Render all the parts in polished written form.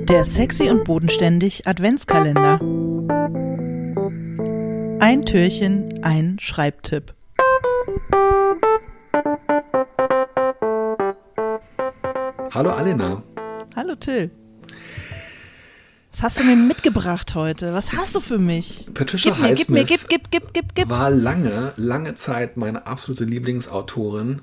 Der Sexy und Bodenständig Adventskalender. Ein Türchen, ein Schreibtipp. Hallo Alena. Hallo Till. Was hast du mir mitgebracht heute? Was hast du für mich? Patricia Highsmith war lange Zeit meine absolute Lieblingsautorin,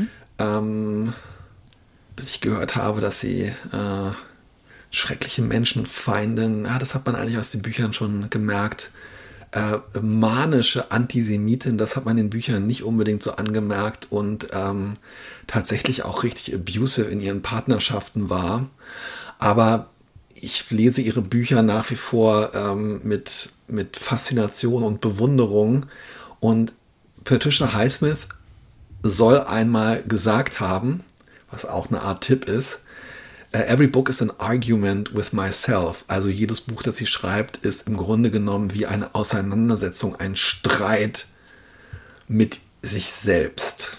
bis ich gehört habe, dass sie schreckliche Menschenfeindin, das hat man eigentlich aus den Büchern schon gemerkt, manische Antisemitin, das hat man in den Büchern nicht unbedingt so angemerkt und tatsächlich auch richtig abusive in ihren Partnerschaften war. Aber ich lese ihre Bücher nach wie vor mit Faszination und Bewunderung. Und Patricia Highsmith soll einmal gesagt haben, was auch eine Art Tipp ist, every book is an argument with myself. Also jedes Buch, das sie schreibt, ist im Grunde genommen wie eine Auseinandersetzung, ein Streit mit sich selbst.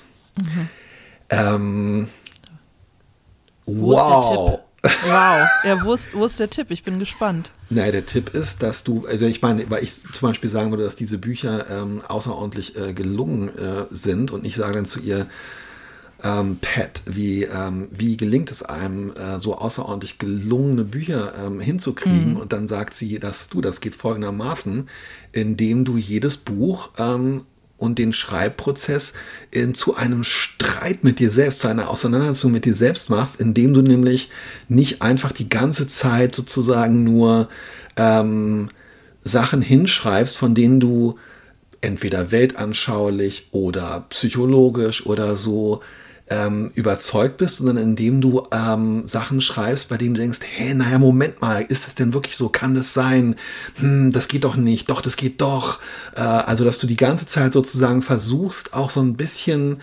Wow. Wow, ja, wo ist der Tipp? Ich bin gespannt. Nein, der Tipp ist, dass du, also ich meine, weil ich zum Beispiel sagen würde, dass diese Bücher außerordentlich gelungen sind und ich sage dann zu ihr, Pat, wie gelingt es einem, so außerordentlich gelungene Bücher hinzukriegen? Und dann sagt sie, das geht folgendermaßen, indem du jedes Buch und den Schreibprozess zu einem Streit mit dir selbst, zu einer Auseinandersetzung mit dir selbst machst, indem du nämlich nicht einfach die ganze Zeit sozusagen nur Sachen hinschreibst, von denen du entweder weltanschaulich oder psychologisch oder so überzeugt bist, sondern indem du Sachen schreibst, bei denen du denkst, hey, naja, Moment mal, ist es denn wirklich so? Kann das sein? Das geht doch nicht. Doch, das geht doch. Also, dass du die ganze Zeit sozusagen versuchst, auch so ein bisschen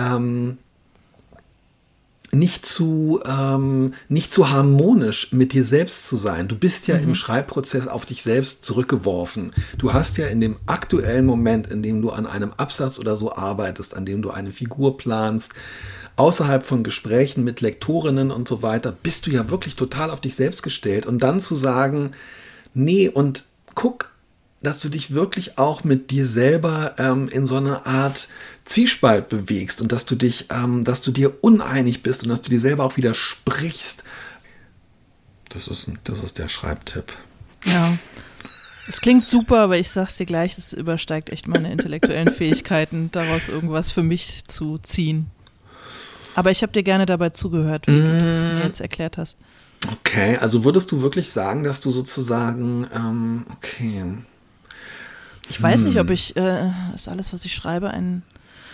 nicht zu harmonisch mit dir selbst zu sein. Du bist ja im Schreibprozess auf dich selbst zurückgeworfen. Du hast ja in dem aktuellen Moment, in dem du an einem Absatz oder so arbeitest, an dem du eine Figur planst, außerhalb von Gesprächen mit Lektorinnen und so weiter, bist du ja wirklich total auf dich selbst gestellt. Und dann zu sagen, nee, und guck, dass du dich wirklich auch mit dir selber in so eine Art Zwiespalt bewegst und dass du dir uneinig bist und dass du dir selber auch widersprichst. Das ist der Schreibtipp. Ja, es klingt super, aber ich sag's dir gleich, es übersteigt echt meine intellektuellen Fähigkeiten, daraus irgendwas für mich zu ziehen. Aber ich habe dir gerne dabei zugehört, wie du das mir jetzt erklärt hast. Okay, also würdest du wirklich sagen, dass du sozusagen, okay. Ich weiß nicht, ob ist alles, was ich schreibe, eine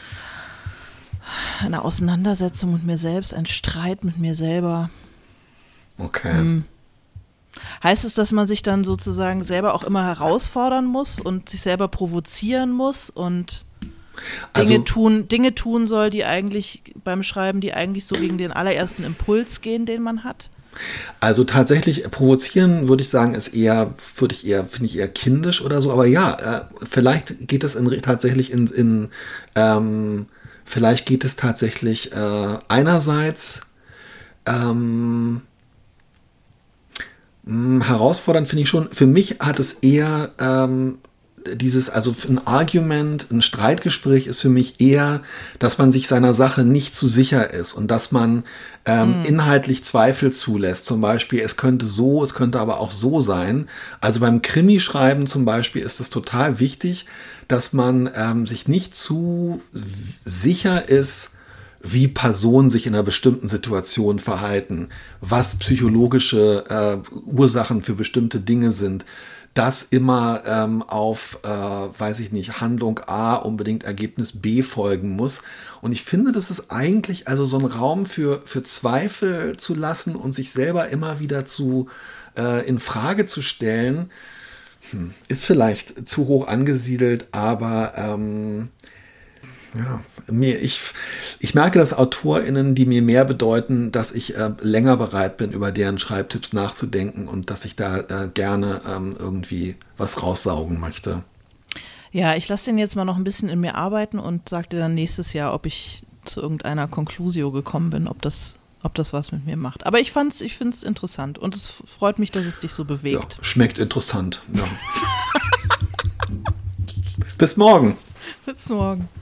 Auseinandersetzung mit mir selbst, ein Streit mit mir selber. Okay. Heißt es, dass man sich dann sozusagen selber auch immer herausfordern muss und sich selber provozieren muss und Dinge tun soll, die eigentlich beim Schreiben, die eigentlich so gegen den allerersten Impuls gehen, den man hat? Also tatsächlich provozieren finde ich eher kindisch oder so, aber ja, vielleicht geht es tatsächlich vielleicht geht es tatsächlich einerseits herausfordernd finde ich schon, für mich hat es eher also ein Argument, ein Streitgespräch ist für mich eher, dass man sich seiner Sache nicht zu sicher ist und dass man inhaltlich Zweifel zulässt. Zum Beispiel, es könnte aber auch so sein. Also beim Krimischreiben zum Beispiel ist es total wichtig, dass man sich nicht zu sicher ist, wie Personen sich in einer bestimmten Situation verhalten, was psychologische Ursachen für bestimmte Dinge sind, dass immer auf, Handlung A unbedingt Ergebnis B folgen muss. Und ich finde, das ist eigentlich also so ein Raum für Zweifel zu lassen und sich selber immer wieder in Frage zu stellen, ist vielleicht zu hoch angesiedelt, aber ich merke, dass AutorInnen, die mir mehr bedeuten, dass ich länger bereit bin, über deren Schreibtipps nachzudenken und dass ich da gerne irgendwie was raussaugen möchte. Ja, ich lasse den jetzt mal noch ein bisschen in mir arbeiten und sage dir dann nächstes Jahr, ob ich zu irgendeiner Conclusio gekommen bin, ob das ob das was mit mir macht. Aber ich finde es interessant und es freut mich, dass es dich so bewegt. Ja, schmeckt interessant. Ja. Bis morgen. Bis morgen.